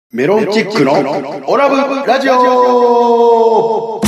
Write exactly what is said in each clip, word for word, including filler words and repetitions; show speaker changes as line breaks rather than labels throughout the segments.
メロンチックのオラブラジオ。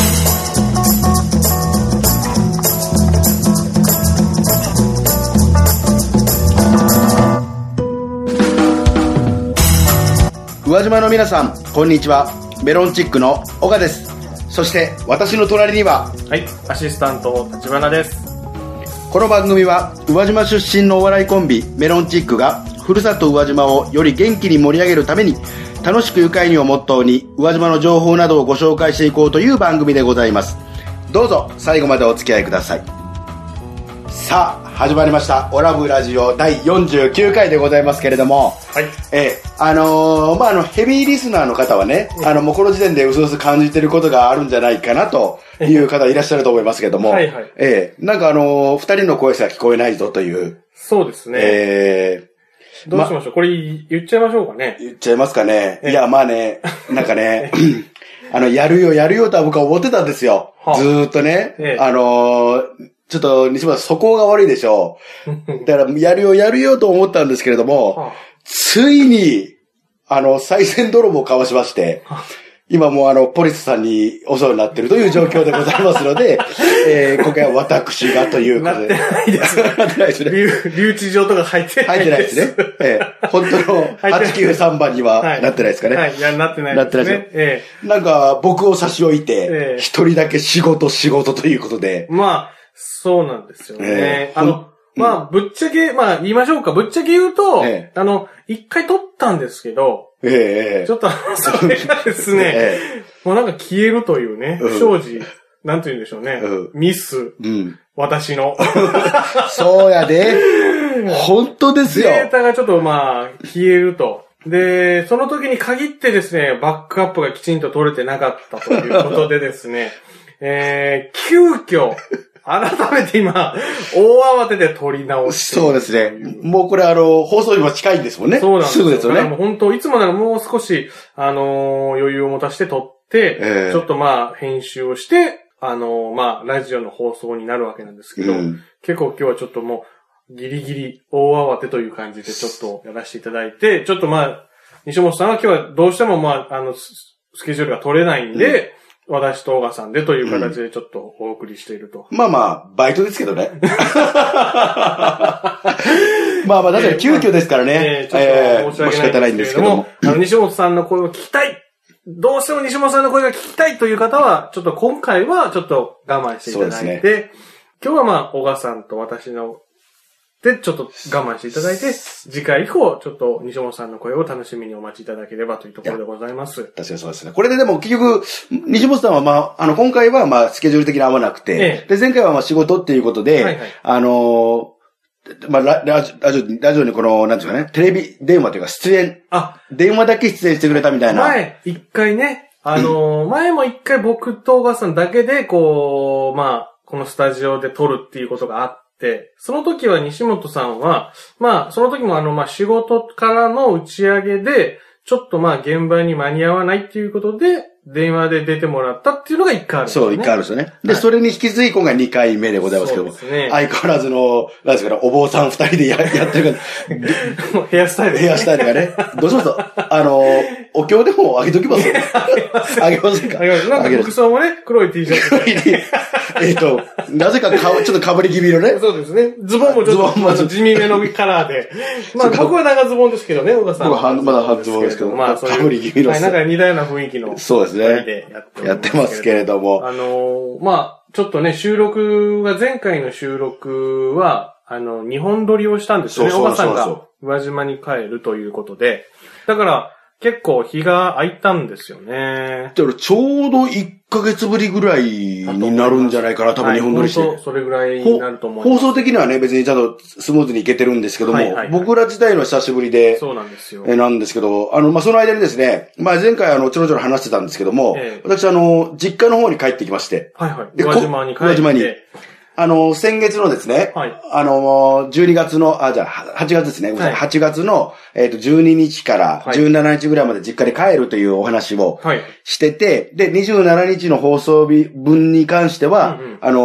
宇和島の皆さん、こんにちは。メロンチックの岡です。そして私の隣には、
はい、アシスタント立花です。
この番組は宇和島出身のお笑いコンビメロンチックがふるさと宇和島をより元気に盛り上げるために、楽しく愉快にをモットーに宇和島の情報などをご紹介していこうという番組でございます。どうぞ最後までお付き合いください。さあ始まりましたオラブラジオだいよんじゅうきゅうかいでございますけれども、
はい、
えー、あのー、まああのヘビーリスナーの方はね、うん、あのもうこの時点でうすうす感じてることがあるんじゃないかなという方いらっしゃると思いますけども、
はいはい、
えー、なんかあのー、二人の声しか聞こえないぞという。
そうですね。
えー
どうしましょう、ま、これ言っちゃいましょうかね。
言っちゃいますかね。いや、まあね、なんかね、あの、やるよ、やるよとは僕は思ってたんですよ。はあ、ずーっとね、ええ、あのー、ちょっと西村さん、素行が悪いでしょう。だから、やるよ、やるよと思ったんですけれども、はあ、ついに、あの、賽銭泥棒をかわしまして、はあ、今もうあの、ポリスさんにお世話になっているという状況でございますので、えー、今回は私がということで。
なってないです。なってないですね。留、留置場とか入ってないです。入ってないですね。
えー、本当のはちきゅうさんばんにはなってないですかね。
はい、はい、いや、なってないですね。なってないです。
えー、なんか、僕を差し置いて、一、えー、人だけ仕事仕事ということで。
まあ、そうなんですよね。えー、あの、まあ、ぶっちゃけ、まあ、言いましょうか。ぶっちゃけ言うと、えー、あの、一回撮ったんですけど、
ええ、
ちょっと、それがですね、ええ、もうなんか消えるというね、不祥事、うん、なんて言うんでしょうね、うん、ミス、うん、私の。
そうやで。本当ですよ。
データがちょっとまあ、消えると。で、その時に限ってですね、バックアップがきちんと取れてなかったということでですね、えー、急遽、改めて今、大慌てで撮り直して。
そうですね。もうこれあの、放送日も近いんですもんね。
そうなんですよ。
すぐですよね。
だからもう本当、いつもならもう少し、あのー、余裕を持たせて撮って、えー、ちょっとまあ、編集をして、あのー、まあ、ラジオの放送になるわけなんですけど、うん、結構今日はちょっともう、ギリギリ大慌てという感じでちょっとやらせていただいて、ちょっとまあ、西本さんは今日はどうしてもまあ、あの、スケジュールが取れないんで、うん私と小川さんでという形でちょっとお送りしていると。
うん、まあまあ、バイトですけどね。まあまあ、確かに急遽ですからね。
えー、ちょっと申し訳ないんですけれども、えー、仕方ないんですけどもあの西本さんの声を聞きたいどうしても西本さんの声が聞きたいという方は、ちょっと今回はちょっと我慢していただいて、そうですね、今日はまあ、小川さんと私ので、ちょっと我慢していただいて、次回以降、ちょっと西本さんの声を楽しみにお待ちいただければというところでございます。
確かにそうですね。これででも結局、西本さんはまあ、あの、今回はまあ、スケジュール的に合わなくて、ええ、で、前回はまあ仕事っていうことで、はいはい、あのー、まあラ、ラジオ、ラジオにこの、なんていうかね、テレビ電話というか出演。あ、電話だけ出演してくれたみたいな。
前、一回ね、あのーうん、前も一回僕と小川さんだけで、こう、まあ、このスタジオで撮るっていうことがあって、で、その時は西本さんは、まあ、その時もあの、まあ、仕事からの打ち上げで、ちょっとまあ、現場に間に合わないっていうことで、電話で出てもらったっていうのが一回あるんですね。
そう、一回あるんですよね。で、はい、それに引き継い今回二回目でございますけども。そうですね。相変わらずの、なんですかね、お坊さん二人でややってるから。
ヘアスタイル、ね。
ヘアスタイルがね。どうしますあの、お経でもあげときますよ。あげませんかあげます。
なんか服装もね、黒い T シャツ。黒い T
えっと、なぜかか、ちょっと被り気味のね。
そうですね。ズボンもちょっと、まあ、地味めのカラーで。まあ、僕は長ズボンですけどね、小田さん。
僕はまだ半ズボンですけど、まあ、そういう。被り気味の。
はい、なんか似たような雰囲気の。
そうですね。やってますけれども。
あのー、まあ、ちょっとね、収録が、前回の収録は、あの、日本撮りをしたんですよね。小田さんが宇和島に帰るということで。だから、結構日が空いたんですよね。
だからちょうどいっかげつぶりぐらいになるんじゃないかな、多分日本撮りして。
はい、それぐらいになると思います。
放送的にはね、別にちゃんとスムーズにいけてるんですけども、はいはいはい、僕ら自体の久しぶりで、
そうなんですよ。
えなんですけど、あの、まあ、その間にですね、まあ、前回あの、ちょろちょろ話してたんですけども、ええ、私あの、実家の方に帰ってきまして、
はいはい。宇和島に帰って。宇和島に。
あの、先月のですね、はい、あの、じゅうにがつの、あ、じゃあ、はちがつですね、はい、はちがつの、えっと、じゅうににちからじゅうしちにちぐらいまで実家に帰るというお話をしてて、はい、で、にじゅうしちにちの放送日分に関しては、うんうん、あの、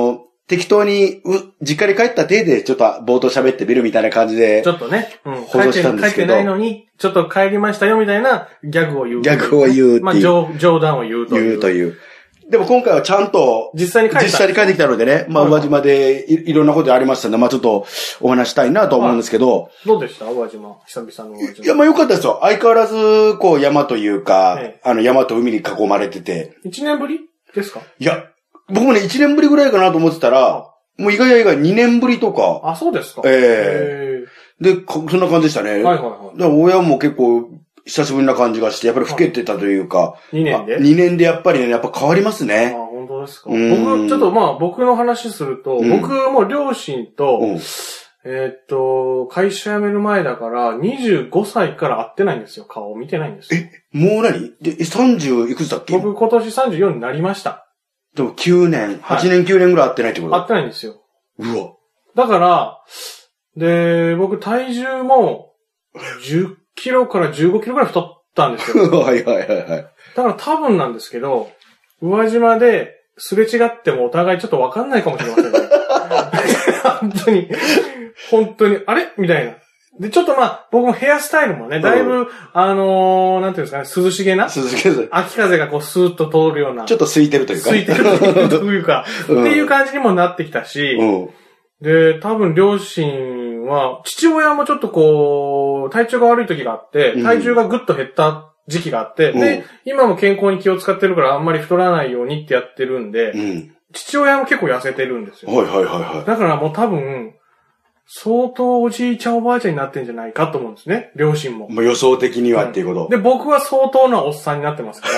適当に、う、実家に帰った手でちょっと冒頭喋ってみるみたいな感じで。
ちょっとね。
うん。放送したんですけど。
帰ってないのに、ちょっと帰りましたよみたいなギャグを言う。
ギャグを言うっていう。
まあ、冗談を言うという。
言うという。でも今回はちゃんと、
実際に帰って
実際に帰ってきたのでね、まあ、宇和島でい, いろんなことありましたので、まあちょっとお話したいなと思うんですけど。
どうでした宇和島久々の宇和島。
いや、まあ良かったですよ。相変わらず、こう山というか、ええ、あの山と海に囲まれてて。
一年ぶりですか？
いや、僕もね、一年ぶりぐらいかなと思ってたら、もう意外や意外二年ぶりとか。
あ、そうですか。
ええー。で、そんな感じでしたね。はいはいはい。だから親も結構久しぶりな感じがして、やっぱり老けてたというか。
二年で
二年でやっぱりね、やっぱ変わりますね。
あ、本当ですか。僕、ちょっとまあ僕の話すると、うん、僕も両親と、うん、えー、っと、会社辞める前だからにじゅうごさいから会ってないんですよ。顔を見てないんですよ。
え、もう何で、さんじゅういくつだっけ？
僕今年さんじゅうよんになりました。
でもきゅうねん、はちねんきゅうねんぐらい会ってないってこと？
会ってないんですよ。
うわ。
だから、で、僕体重もじゅっキロからじゅうごキロぐらい太ったんですよ。
はいはいはいはい。
だから多分なんですけど、宇和島ですれ違ってもお互いちょっとわかんないかもしれませんね。本当に、本当に、あれみたいな。で、ちょっとまあ、僕もヘアスタイルもね、だいぶ、うん、あのー、なんていうんですかね、涼しげな。
涼しげな。
秋風がこう、スーッと通るような。
ちょっと空いてるというか。
空いてるというか、うん、っていう感じにもなってきたし、うん、で、多分両親は、父親もちょっとこう、体調が悪い時があって、体重がぐっと減った時期があって、うん、で、今も健康に気を使ってるからあんまり太らないようにってやってるんで、うん、父親も結構痩せてるんですよ。
はいはいはいはい。
だからもう多分、相当おじいちゃんおばあちゃんになってんじゃないかと思うんですね。両親も。
もう予想的にはっていうこと。
うん、で、僕は相当なおっさんになってますから。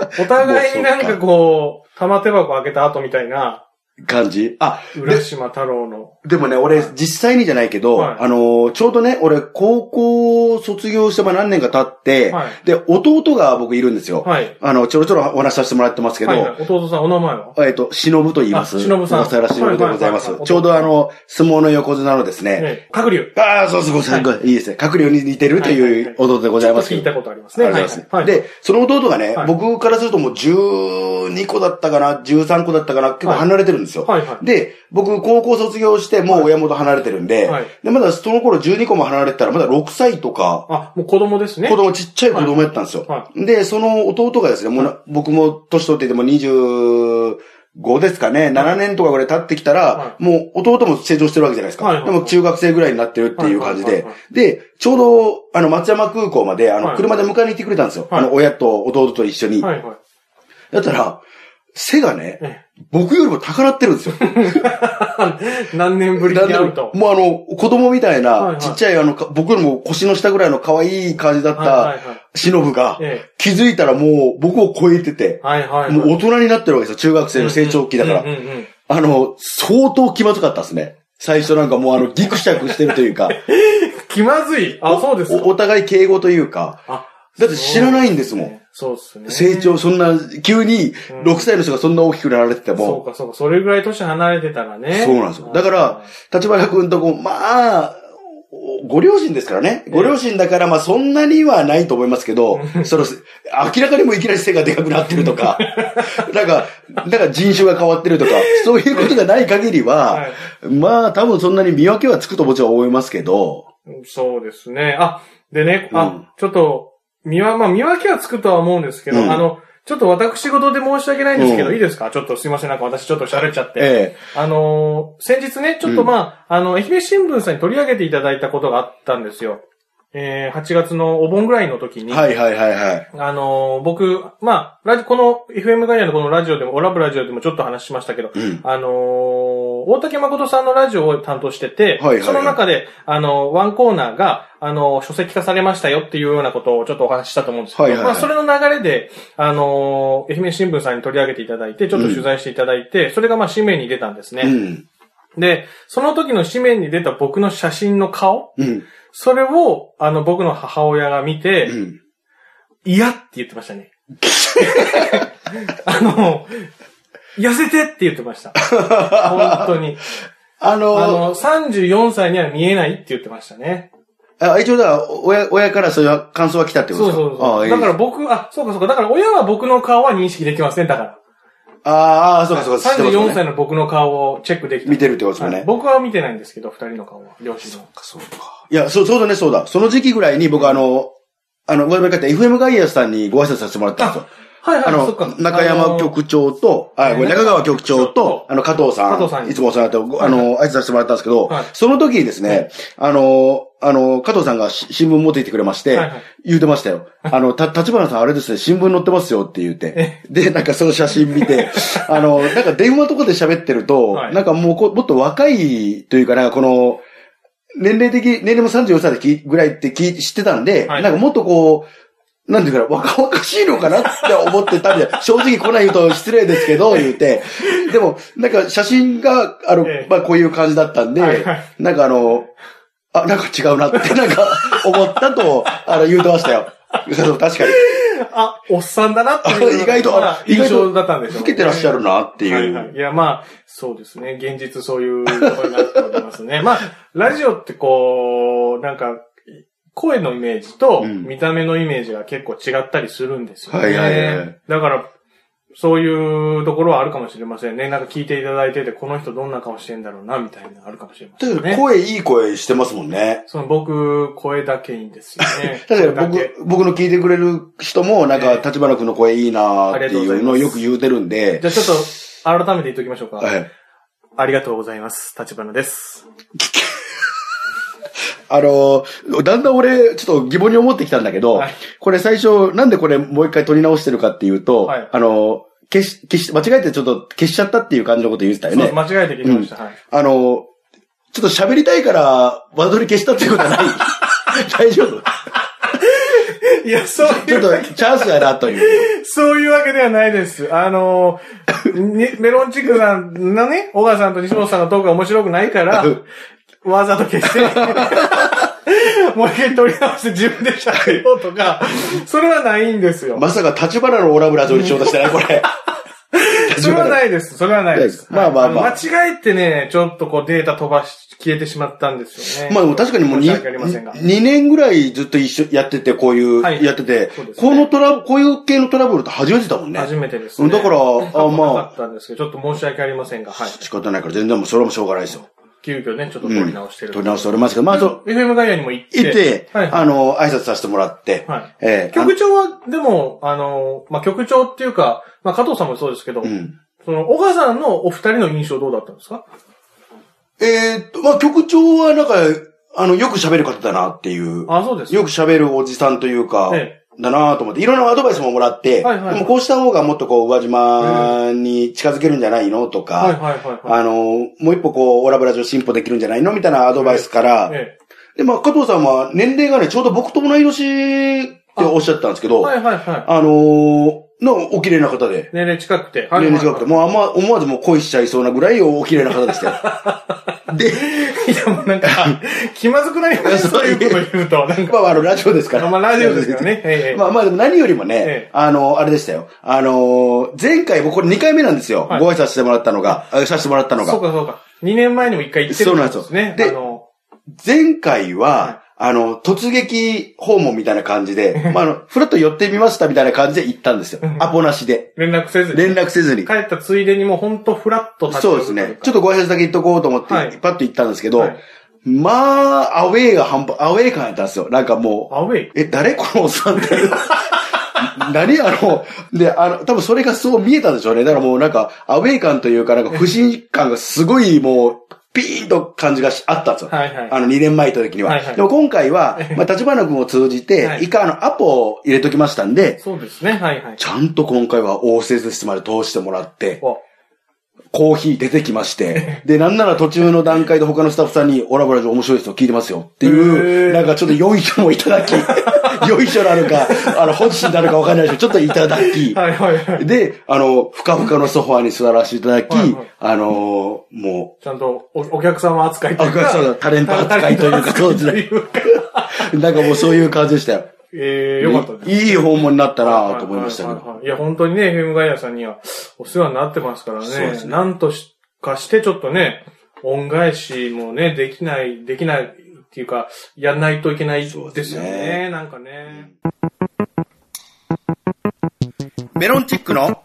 お互いになんかこう、玉手箱開けた後みたいな。
感じあ、
浦島太郎の。
でもね、俺、実際にじゃないけど、はい、あの、ちょうどね、俺、高校卒業してま何年か経って、はい、で、弟が僕いるんですよ。はい。あの、ちょろちょろお話しさせてもらってますけど、はいはい、
弟さん、お名前は
えっと、忍と言います。
忍さん。
小笠原忍でございます。ちょうどあの、相撲の横綱のですね、
鶴竜。
ああ、そうそうそう、はい、いいですね。鶴竜に似てるという弟でございます。
聞いたことありますね。
ありがとうございます。はいはい、で、その弟がね、はい、僕からするともうじゅうにこだったかな、じゅうさんこだったかな、結構離れてるんですよ。はいはい、で、僕、高校卒業して、もう親元離れてるんで、はい、で、まだその頃じゅうにこも離れてたら、まだろくさいとか。
あ、もう子供ですね。
子供、ちっちゃい子供やったんですよ。はいはい、で、その弟がですね、もう、はい、僕も年取っていてもにじゅうごですかね、ななねんとかぐらい経ってきたら、はい、もう弟も成長してるわけじゃないですか。はいはいはい、でも中学生ぐらいになってるっていう感じで。で、ちょうど、あの、松山空港まで、あの、車で迎えに行ってくれたんですよ。はい、あの、親と弟と一緒に。はいはい、だったら、背がね、僕よりも高なってるんですよ。
何年ぶりに会うと。
もうあの、子供みたいな、ちっちゃいあの、僕よりも腰の下ぐらいの可愛い感じだった、忍が、気づいたらもう僕を超えてて、もう大人になってるわけですよ、中学生の成長期だから。あの、相当気まずかったですね。最初なんかもうあの、ギクシャクしてるというか。
気まずいあ、そうですか。
お互い敬語というか。だって知らないんですもん。
そうですね。
成長、そんな、急にろくさいの人がそんな大きくなられてても。
そうか、そうか。それぐらい年離れてたらね。
そうなんですよ。だから、立花君とこ、まあ、ご両親ですからね。ご両親だから、まあそんなにはないと思いますけど、その、明らかにもいきなり背がでかくなってるとか、なんか、なんか人種が変わってるとか、そういうことがない限りは、はい、まあ多分そんなに見分けはつくともちろん思いますけど。
そうですね。あ、でね、あ、うん、ちょっと、見わ、まあ見分けはつくとは思うんですけど、うん、あの、ちょっと私事で申し訳ないんですけど、うん、いいですか？ちょっとすいません、なんか私ちょっと喋っちゃって。ええ、あのー、先日ね、ちょっとまあ、うん、あの、愛媛新聞さんに取り上げていただいたことがあったんですよ。えー、はちがつのお盆ぐらいの時に。
はいはいはいはい。
あのー、僕、まあ、ラジ、この エフエム ガイアのこのラジオでも、オラブラジオでもちょっと話しましたけど、うん、あのー、大竹誠さんのラジオを担当してて、はいはいはい、その中で、あのー、ワンコーナーが、あのー、書籍化されましたよっていうようなことをちょっとお話ししたと思うんですけど、はいはいはい、まあ、それの流れで、あのー、愛媛新聞さんに取り上げていただいて、ちょっと取材していただいて、うん、それがまあ、紙面に出たんですね。うん、で、その時の紙面に出た僕の写真の顔、うんそれを、あの、僕の母親が見て、うん、嫌って言ってましたね。あの、痩せてって言ってました。本当に。あのー、あの、さんじゅうよんさいには見えないって言ってましたね。
あ、一応だ、親、親からそういう感想が来たってことですか？
そうそうそう。だから僕、あ、そうかそうか。だから親は僕の顔は認識できません。だから。
ああ、そうかそうか。
さんじゅうよんさいの僕の顔をチェックできた。
見てるってことですもんね。
僕は見てないんですけど、二人の顔は。両親の。
そうか、そうか。いや、そう、そうだね、そうだ。その時期ぐらいに僕あの、あの、ごめんなさい、エフエム ガイアスさんにご挨拶させてもらったんですよ。
はいはい、
あの、中山局長と、あ、ごめん、中川局長と、あの、加藤さん。加藤さん。いつもお世話になって、あの、挨拶させてもらったんですけど、その時にですね、あの、あの、加藤さんが新聞持ってきてくれまして、言うてましたよ。あの、た、立花さんあれですね、新聞載ってますよって言って。で、なんかその写真見て、あの、なんか電話とかで喋ってると、なんかもうこ、もっと若いというか、なんかこの、年齢的、年齢もさんじゅうよんさいできぐらいって聞知ってたんで、なんかもっとこう、なんていうか、若々しいのかなって思ってたんで、正直こない言うと失礼ですけど、言うて。でも、なんか写真が、あの、まあこういう感じだったんで、なんかあの、あ、なんか違うなって、なんか思ったと、あの、言うてましたよ。確かに。
あ、おっさんだなっていう。
意外と、
意外とだったんでしょうね。
老けてらっしゃるなっていう。はいはい。
いや、まあ、そうですね。現実そういうことになっておりますね。まあ、ラジオってこう、なんか、声のイメージと見た目のイメージが結構違ったりするんですよね。はいはいはい。だから、そういうところはあるかもしれませんね。なんか聞いていただいてて、この人どんな顔してんだろうな、みたいなのあるかもしれませんね。
声いい声してますもんね。
その僕、声だけいいんですよね。
確かに僕、僕の聞いてくれる人も、なんか、立花君の声いいなーっていうのをよく言うてるんで。
じゃあちょっと、改めて言っときましょうか。はい。ありがとうございます。立花です。
あの、だんだん俺、ちょっと疑問に思ってきたんだけど、はい、これ最初、なんでこれもう一回撮り直してるかっていうと、はい、あの、消し、消し、間違えてちょっと消しちゃったっていう感じのこと言ってたよね。
そう、間違えて消しました。うん、はい。
あの、ちょっと喋りたいから、わざとり消したっていうことはない大丈夫
いや、そういう。
ちょっとチャンスやなとい
う。そういうわけではないです。あの、メロンチックさんのね、小川さんと西本さんのトークが面白くないから、わざと消して、もう一回取り直して自分で喋ろうとか、それはないんですよ。
まさか立花のオラブラジオにしようとしてないこれ。
それはないです。それはないです。
まあまあまあ。
間違えてね、ちょっとこうデータ飛ばし、消えてしまったんですよね。
まあでも確かにもう 2, にねんぐらいずっと一緒やってて、こういう、はい、やってて、ね、このトラブ、こういう系のトラブルって初めてだもんね。
初めてですね。
だから、あまあ。
なかったんですけど、ちょっと申し訳ありませんが、はい。
仕方ないから全然もうそれもしょうがないですよ。
急遽ね、ちょっと撮り直してる、うん。
撮り直しておりますけど、まあそう。
エフエム ガイアにも行って。
行って、はい、あの、挨拶させてもらって。はい。
えー、局長は、でも、あの、まあ局長っていうか、まあ加藤さんもそうですけど、うん、その、小川さんのお二人の印象どうだったんですか？
えーっと、まあ局長はなんか、あの、よく喋る方だなっていう。
あ、そうです。
よく喋るおじさんというか、ええだなぁと思って、いろんなアドバイスももらって、はいはいはい、でもこうした方がもっとこう、宇和島に近づけるんじゃないのとか、はいはいはいはい、あの、もう一歩こう、オラブラジオ進歩できるんじゃないのみたいなアドバイスから、ええ、で、まあ、加藤さんは年齢がね、ちょうど僕と同い年っておっしゃったんですけど、はいはいはい、あのー、の、お綺麗な方で。
年齢近くて。
年齢近くて。もうあんま、思わずもう恋しちゃいそうなぐらいお綺麗な方でしたよ。で、
いやもうなんか、気まずくなりますそういうこと言うと。なんか
まあ、あの、ラジオですから。
まあ、ラジオですからね。
まあまあ、でも何よりもね、ええ、あの、あれでしたよ。あの、前回僕これにかいめなんですよ。はい、ご挨拶してもらったのが、させてもらったのが。
そうかそうか。にねんまえにもいっかい行ってるんですね。そうなんですよ。
で、あの前回は、はいあの、突撃訪問みたいな感じで、まあ、あの、ふらっと寄ってみましたみたいな感じで行ったんですよ。アポなしで。
連絡せずに。
連絡せずに。
帰ったついでにもうほんとふらっと立ち寄る。
そうですね。ちょっとご挨拶だけ行っとこうと思って、はい、パッと行ったんですけど、はい、まあ、アウェイが半端、アウェイ感やったんですよ。なんかもう。
アウェイ
え、誰このおっさんって。何あの、で、あの、多分それがそう見えたんでしょうね。だからもうなんか、アウェイ感というか、なんか不信感がすごいもう、ピーンと感じがあったんですよ。はいはい。あの、にねんまえ行った時には。はいはい。でも今回は、まあ、立花君を通じて、はい、以下のアポを入れときましたんで、
そうですね。はいはい。
ちゃんと今回は応接室まで通してもらって、コーヒー出てきまして、で、なんなら途中の段階で他のスタッフさんに、オラブラジオ面白いですよ、聞いてますよっていう、なんかちょっとよいしょもいただき、よいしょなのか、あの、本心なのかわかんないですけど、ちょっといただき、はいはいはい。で、あの、ふかふかのソファーに座らせていただき、はいはい、あのー、も
う。ちゃんとお、お客様扱いというか。
お客様、タレント扱いというか、そうですね。なんかもうそういう感じでしたよ。
ええー、よかったです、
ね。いい訪問になったなと思いましたけど。
はいはいはいはい。いや、本当にね、エフエム ガイアさんにはお世話になってますからね。そうですね。なんとかしてちょっとね、恩返しもね、できない、できないっていうか、やんないといけないですよね。ねなんかね。
メロンチックの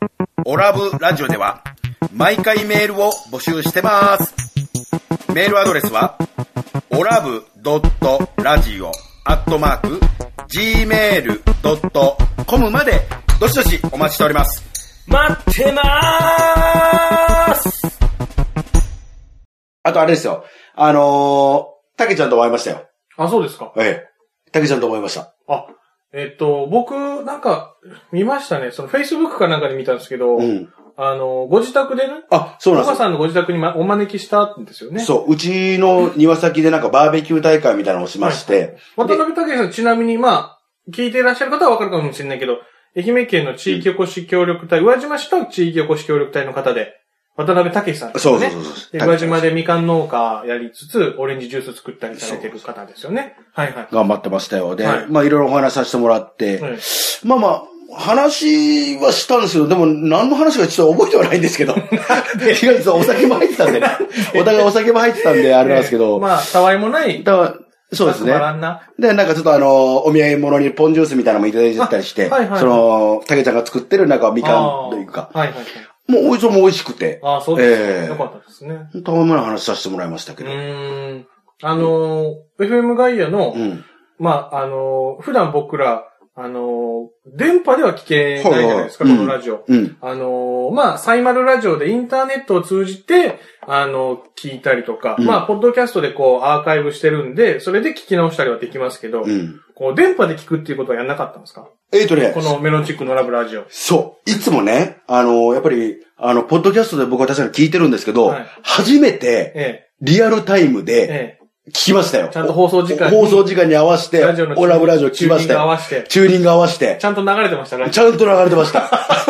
オラブラジオでは毎回メールを募集してます。メールアドレスはオラブドットラジオアットマーク ジーメールドットコム までどしどしお待ちしております。
待ってまーす。
あとあれですよ。あのー、たけちゃんと会いましたよ。
あ、そうですか。
ええ。たけちゃんと思いました。
あ、えっと、僕、なんか、見ましたね。その、Facebook かなんかで見たんですけど、うん、あの、ご自宅でね。
あ、そうなんです。
お母さんのご自宅に、ま、お招きしたんですよね。
そう。うちの庭先でなんかバーベキュー大会みたいなのをしまして。
はい、渡辺武さん、ちなみに、まあ、聞いていらっしゃる方はわかるかもしれないけど、愛媛県の地域おこし協力隊、うん、宇和島市と地域おこし協力隊の方で、渡辺武さんですね。そうそうそうそう。宇和島でみかん農家やりつつ、オレンジジュース作ったりされてる方ですよね。はいはい。
頑張ってましたよ。で、はい、まあいろいろお話しさせてもらって、はい、まあまあ、話はしたんですけど、でも何の話かちょっと覚えてはないんですけど。違う、お酒も入ってたんでね。お互いお酒も入ってたんで、あれなんですけど。
まあ、たわいもない。
だそうですね。で、なんかちょっとあの、お土産物にポンジュースみたいなのもいただいてたりして、はいはい、その、たけちゃんが作ってるなんかみかんというか。はいはいはい。もう、おいしそうも美味しくて。
ああ、そうですね。えー、よかったですね。
たまに話させてもらいましたけど。
うーん。あの、うん、エフエム ガイアの、うん、まあ、あの、普段僕ら、あの、電波では聞けないじゃないですか、はいはい、このラジオ。うん、あの、まあ、サイマルラジオでインターネットを通じて、あの、聞いたりとか、うん、まあ、ポッドキャストでこう、アーカイブしてるんで、それで聞き直したりはできますけど、うん、こう、電波で聞くっていうことはやんなかったんですか？
えーとね。
このメロンチックのラブラジオ。
そう。いつもね、あの、やっぱり、あの、ポッドキャストで僕は確かに聞いてるんですけど、はい、初めて、リアルタイムで、ええ聞きましたよ。
ちゃんと放送時間に。
放送時間に合わせて、オラブラジオ聞きましたよ。
チューニング合わせて。
チューニング合わせて。
ちゃんと流れてましたね。
ちゃんと流れてました。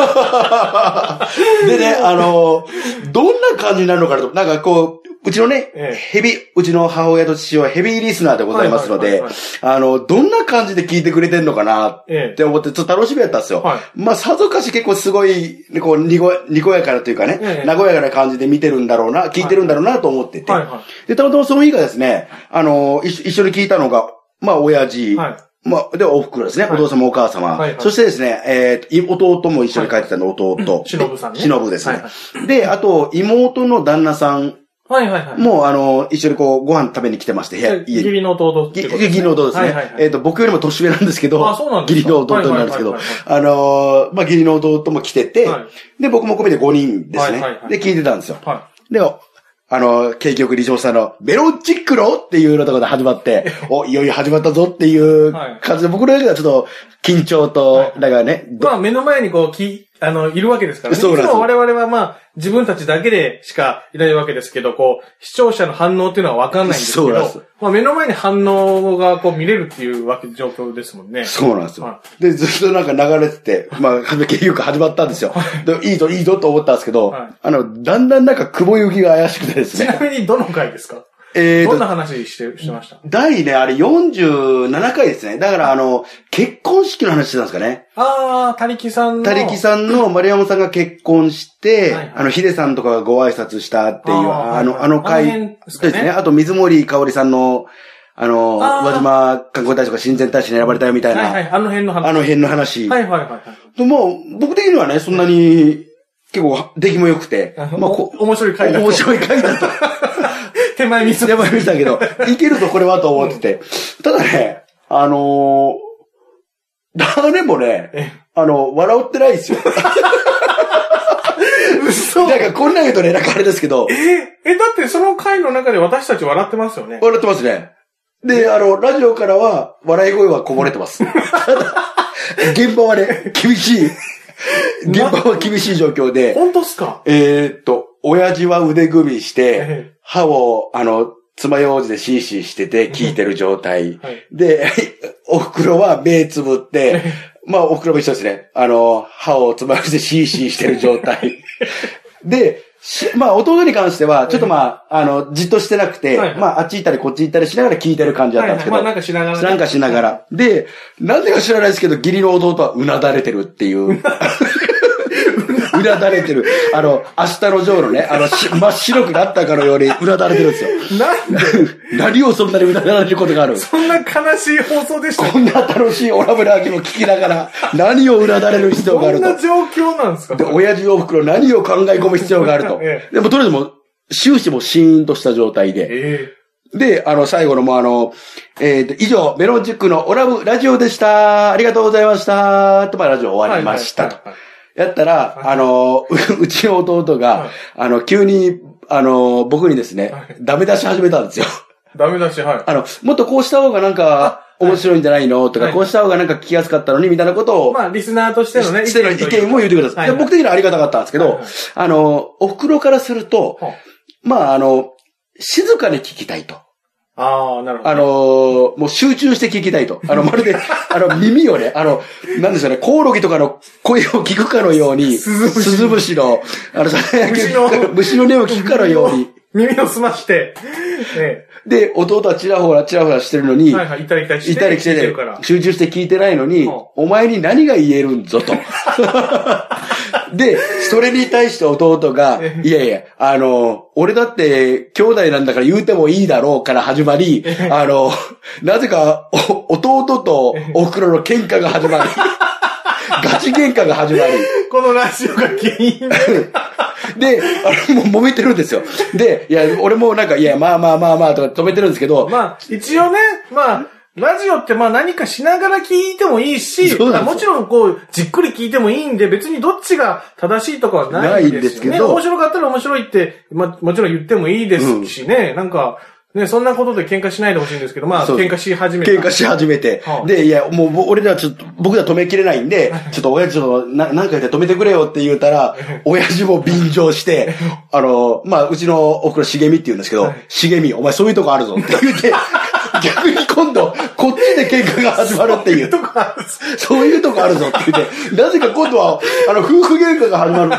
でね、あの、どんな感じになるのかなと、なんかこう、うちのね、ええ、ヘビ、うちの母親と父親はヘビーリスナーでございますので、あの、どんな感じで聞いてくれてんのかなって思って、ちょっと楽しみやったんですよ。はい、まあ、さぞかし結構すごい、こう、にこ、にこやかなというかね、ええ、和やかな感じで見てるんだろうな、聞いてるんだろうなと思ってて。はいはいはい、で、たまたまその日がですね、あの、一緒に聞いたのが、まあ、親父、はいまあ、で、お袋ですね。はい、お父様、お母様。はいはい、そしてですね、えー、弟も一緒に帰ってたの、弟。
しのぶさんね。
しのぶですね。はいはい、で、あと、妹の旦那さん。
はいはいはい。
もう、あの、一緒にこう、ご飯食べに来てまして、部屋、
家。義理の弟ってことですね。
義理の弟ですね。はいはいはい、えっ、ー、と、僕よりも年上なんですけど、
あ、そうなんですか。
義理の弟になるんですけど、あのー、まあ、義理の弟も来てて、はい、で、僕も込めてごにんですね。はいはいはい、で、聞いてたんですよ。はい、で、あの、結局、理想さんの、メロンチックロっていうのところで始まって、お、いよいよ始まったぞっていう感じで、はい、僕の中ではちょっと、緊張と、だからね。
まあ、目の前にこう、き、あの、いるわけですからね。そうなんです。いつも我々はまあ、自分たちだけでしかいないわけですけど、こう、視聴者の反応っていうのはわかんないんですけど、そうなんです。まあ、目の前に反応がこう見れるっていうわけ、状況ですもんね。
そうなんですよ。はい、で、ずっとなんか流れてて、まあ、結局始まったんですよ。でいいぞ、いいぞと思ったんですけど、はい、あの、だんだんなんか雲行きが怪しくてですね。
ちなみにどの回ですか？えーと、どんな話して、してました？
第ね、あれよんじゅうななかいですね。だからあの、結婚式の話してたんですかね。
ああ、たりきさんの。
たりきさんの丸山さんが結婚して、はいはい、あの、ヒデさんとかがご挨拶したっていう、あ, あの、あの回ですね。ですね。あと、水森かおりさんの、あの、宇和島観光大使が親善大使に選ばれたよみたいな。
はいはい、あの辺の話。
あの辺の話。
はいはいはい、はい。
でも、僕的にはね、そんなに、結構、出来も良くて。
まあ、こ面白い回だと。
面白い回だと。
手前ミス。
手前ミスだけど、いけるぞこれはと思ってて。うん、ただね、あのー、誰もね、あの、笑ってないですよ。嘘。なんかこんな言うとね、なんかあれですけど。
えー、え、だってその回の中で私たち笑ってますよね。
笑ってますね。で、あの、ラジオからは、笑い声はこぼれてます。ただ、現場はね、厳しい。現場は厳しい状況で。
本当っすか？
えーっと、親父は腕組みして、歯を、あの、爪楊枝でシーシーしてて聞いてる状態。はい、で、お袋は目つぶって、まあ、お袋も一緒ですね。あの、歯を爪楊枝でシーシーしてる状態。で、まあ、弟に関しては、ちょっとまあ、あの、じっとしてなくて、はいはい、まあ、あっち行ったりこっち行ったりしながら聞いてる感じだったんですけど。
はいはい、まあ、なんかしながら、ね。
なんかしながら。で、なんでか知らないですけど、義理の弟はうなだれてるっていう。 うなだれてる。あの、明日のジョーのね、あの、真っ白くなったかのようにうなだれてるんですよ。
なんで
何をそんなにうなだれることがある？
そんな悲しい放送でした。
こんな楽しいオラブラーキも聞きながら、何をうなだれる必要があると。
こんな状況なんですか？
で、親父お袋何を考え込む必要があると。ええ、でも、とりあえずもう、終始もシーンとした状態で。ええ、で、あの、最後のもうあの、えーと、以上、メロンチックのオラブラジオでした。ありがとうございました。と、まあ、ラジオ終わりましたと。やったら、あの、うちの弟が、はい、あの、急に、あの、僕にですね、はい、ダメ出し始めたんですよ。
ダメ出し、はい。
あの、もっとこうした方がなんか、面白いんじゃないのとか、はい、こうした方がなんか聞きやすかったのに、みたいなことを。
まあ、リスナーとしてのね、
意見意見も言ってください。はいはい、僕的にはありがたかったんですけど、はいはい、あの、お袋からすると、はい、まあ、あの、静かに聞きたいと。
ああ、なるほど。
あのー、もう集中して聞きたいと。あの、まるで、あの、耳をね、あの、なんでしょうね、コオロギとかの声を聞くかのように、スズムシの、あの、虫の、虫の音を聞くかのように。
耳を澄まして、
ね、で、弟はチラホラチラホラしてるのに、
はいはい、いたり来たりして、
いたり来てて、集中して聞いてないのに、お前に何が言えるんぞと。で、それに対して弟が、いやいや、あの、俺だって兄弟なんだから言うてもいいだろうから始まり、あの、なぜか弟とお袋の喧嘩が始まり、ガチ喧嘩が始まり。
このラジオが原因で。
で、あの、もう揉めてるんですよ。で、いや、俺もなんか、いや、まあまあまあまあとか止めてるんですけど。
まあ、一応ね、まあ、ラジオってまあ何かしながら聞いてもいいし、もちろんこう、じっくり聞いてもいいんで、別にどっちが正しいとかはないんですよね。ないんですけど。面白かったら面白いって、まあもちろん言ってもいいですしね、うん、なんか、ね、そんなことで喧嘩しないでほしいんですけど、まあ、喧嘩し始めて。
喧嘩し始めて。はあ、で、いや、もう、俺らちょっと、僕ら止めきれないんで、ちょっと親父ちょっと、な、なんか言って止めてくれよって言うたら、親父も便乗して、あの、まあ、うちのおふくろ茂みって言うんですけど、茂み、お前そういうとこあるぞって言って、逆に今度、こっちで喧嘩が始まるっていう。そういうとこあるぞって言って、なぜか今度は、あの、夫婦喧嘩が始まるって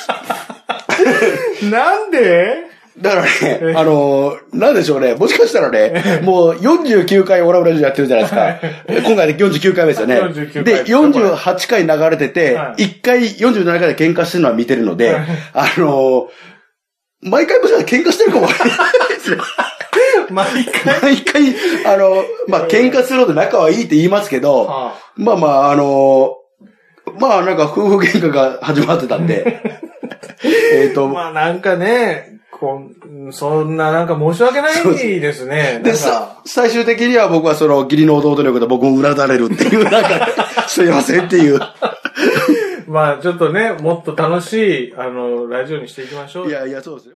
いう。なんで
だからね、あのー、なんでしょうね。もしかしたらね、もうよんじゅうきゅうかいオラブラジオやってるじゃないですか。今回でよんじゅうきゅうかいめですよね。よんじゅうきゅうかいで、よんじゅうはちかい流れてて、はい、いっかいよんじゅうななかいで喧嘩してるのは見てるので、はい、あのー、毎回もしかしたら喧嘩してるかもわからないですね。
毎回
毎回、あの、まあ、喧嘩するので仲はいいって言いますけど、はあ、まあまあ、あのー、まあなんか夫婦喧嘩が始まってたんで、
えっと。まあなんかね、こんそんななんか申し訳ないですね。
で、さ、最終的には僕はその義理の弟のこと僕もうなだれるっていう、なんか、すいませんっていう。
まあちょっとね、もっと楽しい、あの、ラジオにしていきましょう。
いやいや、そうですよ。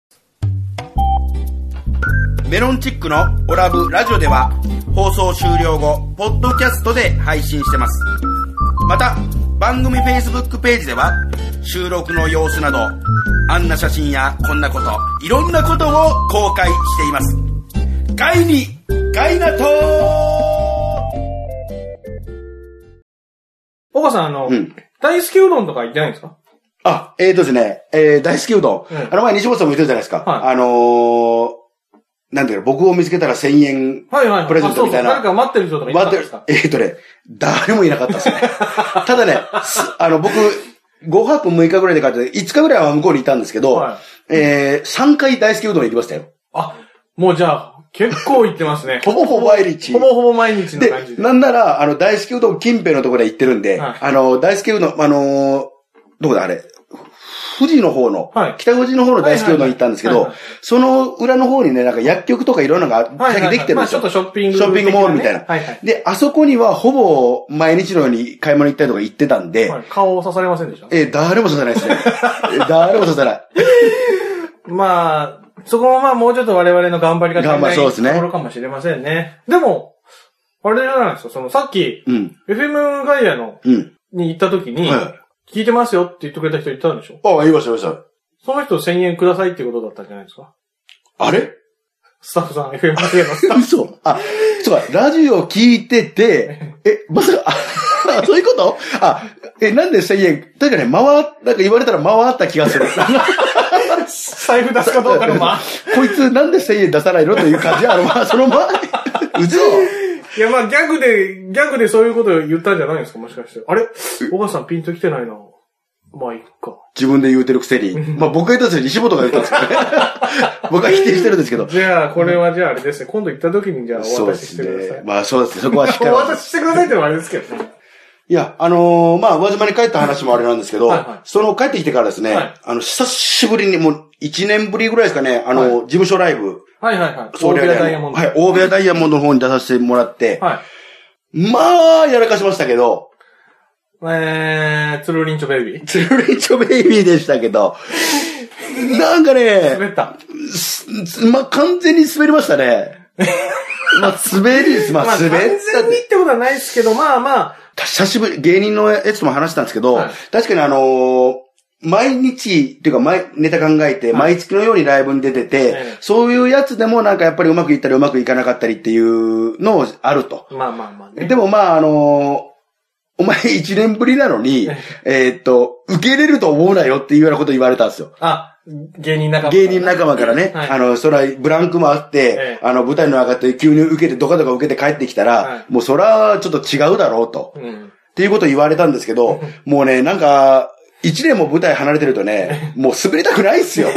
メロンチックのオラブラジオでは、放送終了後、ポッドキャストで配信してます。また、番組 Facebook ページでは、収録の様子など、あんな写真やこんなこと、いろんなことを公開しています。ガイに、ガイナトー
お母さん、あの、うん、大好きうどんとか行ってないんですか？
あ、えーとですね、えー、大好きうどん。うん、あの前西本さんも言ってるじゃないですか。はい、あのー、なんだよ、僕を見つけたらせんえんプレゼントみたいな。
誰か待ってる人とかいなかったですか？
えーとね、誰もいなかったですね。ただね、あの僕、ごはくむいかぐらいで帰って、いつかぐらいは向こうにいたんですけど、はい、えー、さんかい大好きうどん行きましたよ。
あ、もうじゃあ、結構行ってますね。
ほぼほぼ毎日。
ほぼほぼ毎日の感じで。
で、なんなら、あの、大好きうどん近辺のところで行ってるんで、はい、あの、大好きうどん、あのー、どこだあれ、富士の方の、はい、北富士の方の大好きうどん行ったんですけど、その裏の方にね、なんか薬局とかいろんなのが最近できてるんですよ。
まあちょっとショッピング、
ショッピングモールみたいな。はいはい、で、あそこにはほぼ毎日のように買い物行ったりとか行ってたんで、はい、
顔を刺されませんでした？
えー、誰も刺さないですね。誰も刺さない。
まあ、そこもまあもうちょっと我々の頑張りが足りないところかもしれませんね。でも、あれじゃないですか、そのさっき、うん、エフエム ガイアの、うん、に行った時に、はい、聞いてますよって言ってくれた人いたんでしょ？
ああ、言いました言いました。
その人せんえんくださいってことだったんじゃないですか？
あれ
スタッフさん、エフエム ガイアのスタッフ。
嘘。あ、そうか、ラジオ聞いてて、え、まさか、あ、そういうこと？あ、え、なんでせんえん、確かね、回、なんか言われたら回った気がする。
財布出すかどうかのま。
こいつなんでせんえん出さないのという感じ。あの、まあ、その前、嘘。
いや、まあ、ギャグで、ギャグでそういうことを言ったんじゃないですか、もしかして。あれお母さんピンと来てないな。 まあ、いっか。
自分で言うてるくせに。まあ僕が言ったんですよ、西本が言ったんですけどね。僕は否定してるんですけど。
じゃあ、これはじゃああれですね、今度行った時にじゃあお渡ししてください。そうですね。
まあそうですね、そこはしっかり。
お渡ししてくださいってのはあれですけどね。
いや、あのー、まあ、宇和島に帰った話もあれなんですけど、はいはい、その帰ってきてからですね、はい、あの、久しぶりに、もう一年ぶりぐらいですかね、あの、はい、事務所ライブ。
はいはいはい。大部屋ダイヤモンド。
はい、大部屋ダイヤモンドの方に出させてもらって、はい、まあ、やらかしましたけど、
えー、つるりんちょベイビー。
つるりんちょベイビーでしたけど、なんかね、
滑った。
まあ、完全に滑りましたね。まあ、滑りです。まあ、滑った。完
全にってことはないですけど、まあまあ。
久しぶり、芸人のやつとも話したんですけど、はい、確かにあのー、毎日、っていうか、毎、ネタ考えて、毎月のようにライブに出てて、はい、そういうやつでもなんかやっぱりうまくいったりうまくいかなかったりっていうのをあると。
まあまあまあね。
でもまあ、あのー、お前一年ぶりなのに、えっと、受け入れると思うなよっていうようなこと言われたんですよ。
あ、芸人仲間。
芸人仲間からね、はい、あの、そら、ブランクもあって、ええ、あの、舞台の上がって急に受けて、ドカドカ受けて帰ってきたら、はい、もうそら、ちょっと違うだろうと。うん、っていうことを言われたんですけど、もうね、なんか、一年も舞台離れてるとね、もう滑りたくないっすよ。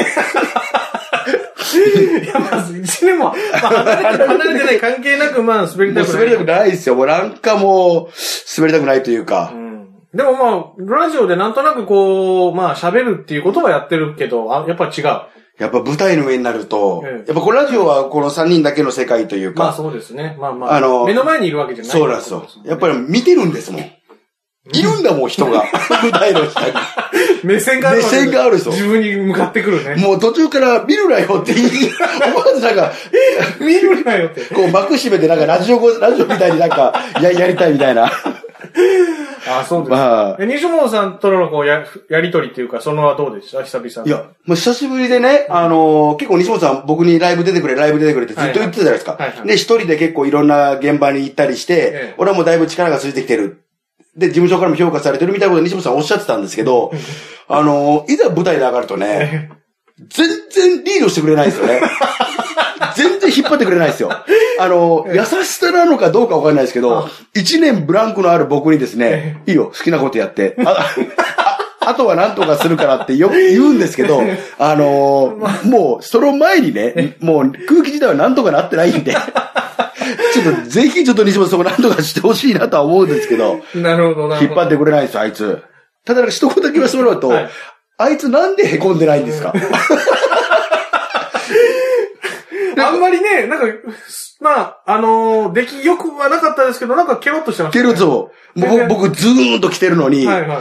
いや、まず一年も、まあ、離れて、離れてない関係なく、まあ、滑りたくない。
滑りたくないっすよ。もうなんかもう、滑りたくないというか。
うん、でもまあ、ラジオでなんとなくこう、まあ、喋るっていうことはやってるけど、あ、やっぱ違う。
やっぱ舞台の上になると、うん、やっぱこのラジオはこのさんにんだけの世界というか。
まあそうですね。まあまあ。あの、目の前にいるわけじゃない。
そうなんですよ。やっぱり見てるんですもん。いるんだもん、人が。舞台の下に。
目線がある。
目線がある人。
自分に向かってくるね。
もう途中から見るなよって言い、思わずなんか、
見るなよって。
こう幕閉めてなんかラジオ、ラジオみたいになんか、や、やりたいみたいな。
あ、そうです。まあ。え、西本さんとのこう、や、やりとりっていうか、そのはどうでした久々に。
いや、もう久しぶりでね、あのー、結構西本さん僕にライブ出てくれ、ライブ出てくれってずっと言ってたじゃないですか。はいはい、で、一人で結構いろんな現場に行ったりして、ええ、俺はもうだいぶ力がついてきてる。で、事務所からも評価されてるみたいなことを西本さんおっしゃってたんですけど、あのー、いざ舞台で上がるとね、全然リードしてくれないですよね。全然引っ張ってくれないですよ。あの、優しさなのかどうかわかんないですけど、一年ブランクのある僕にですね、いいよ、好きなことやって、あ, あ, あとは何とかするからってよく言うんですけど、あの、もう、その前にね、もう空気自体は何とかなってないんで、ちょっとぜひちょっと西本そこ何とかしてほしいなとは思うんですけど、
なるほど、なるほど。
引っ張ってくれないですよ、あいつ。ただ、一言だけ言わせてもらうと、はい、あいつなんで凹んでないんですか？
あんまりね、なんか、まあ、あのー、出来良くはなかったですけど、なんかケロッとしてましたね。
ケロッと。僕、僕ずーんと来てるのに。
はいはいはい。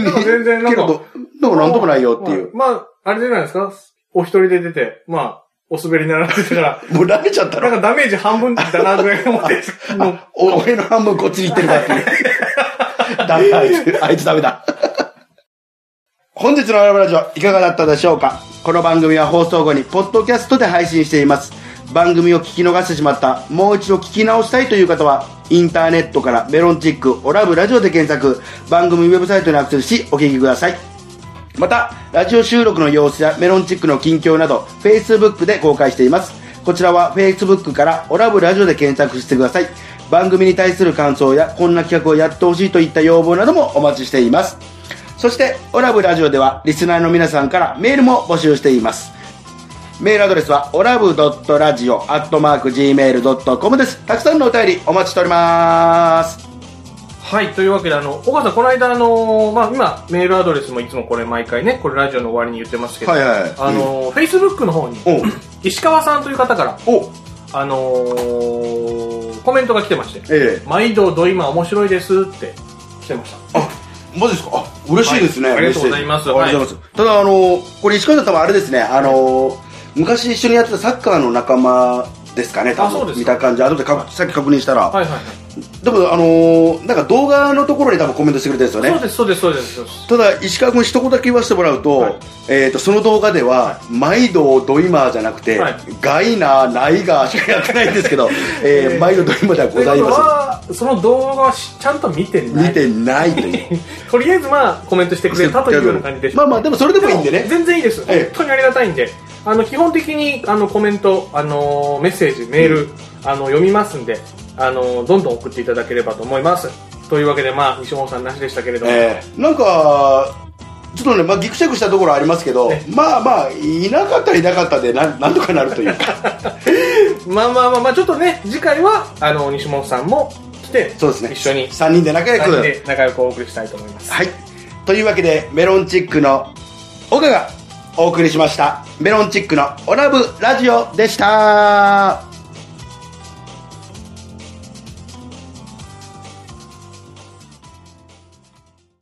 なんか全然なんか。ケロッと。
なんかなんともないよっていう。
まあ、まあ、あれじゃないですか。お一人で出て、まあ、お滑りになられてたら。
もう慣れちゃったら。
なんかダメージ半分だなぐらい思って。
俺の半分こっちに行ってるからっていう。ダメだ、あいつ。あいつダメだ。本日のアラブラジオいかがだったでしょうか。この番組は放送後にポッドキャストで配信しています。番組を聞き逃してしまった、もう一度聞き直したいという方は、インターネットからメロンチックオラブラジオで検索、番組ウェブサイトにアクセスしお聞きください。また、ラジオ収録の様子やメロンチックの近況など、Facebook で公開しています。こちらは Facebook からオラブラジオで検索してください。番組に対する感想や、こんな企画をやってほしいといった要望などもお待ちしています。そして、オラブラジオでは、リスナーの皆さんからメールも募集しています。メールアドレスは、オラブドットラジオアットマークジーメールドットコム です。たくさんのお便りお待ちしております。
はい、というわけで、あの、小川さん、この間、あの、まあ、今、メールアドレスもいつもこれ毎回ね、これラジオの終わりに言ってますけど、
はいはいはい、
あの、うん、Facebook の方に、石川さんという方から、あのー、コメントが来てまして、ええ、毎度ドイマ面白いですって来てました。
あ、マジですか？あ、嬉しいですね。はい、
ありがとうございます。
ありがとうございます。はい、ただ、あのー、これ石川さんはあれですね、あのー、昔一緒にやってたサッカーの仲間ですかね、多分。あ、そうですか。見た感じ、後でか、はい、さっき確認したら。はいはいはい。でも、あのー、なんか動画のところに多分コメントしてくれたんですよね。
そうです、そうです、そうです。
ただ、石川君一言だけ言わせてもらうと、はい、えっと、その動画では、はい、毎度ドイマーじゃなくて、はい、ガイナー、ナイガーしかやってないんですけど、えー、毎度ドイマーではございま
せん。その動画はちゃんと見てない。
見てないという。
とりあえずまあ、コメントしてくれたというような感じでした。
まあまあ、でもそれでもいいんでね。
全然いいです。本当にありがたいんで。あの、基本的に、あの、コメント、あの、メッセージ、メール、うん、あの、読みますんで、あの、どんどん送っていただければと思います。というわけで、まあ、西本さんなしでしたけれども。
えー、なんか、 ちょっとね、まあ、ギクシャクしたところありますけど、ね、まあまあ、いなかったらいなかったで、ななんとかなるというか。
まあまあまあまあ、ちょっとね、次回は、あの、西本さんも来て、
そうですね。
一緒に。
さんにんで仲良く。さんにん
で仲良くお送りしたいと思います。
はい。というわけで、メロンチックの岡がお送りしました。メロンチックのオナブラジオでした。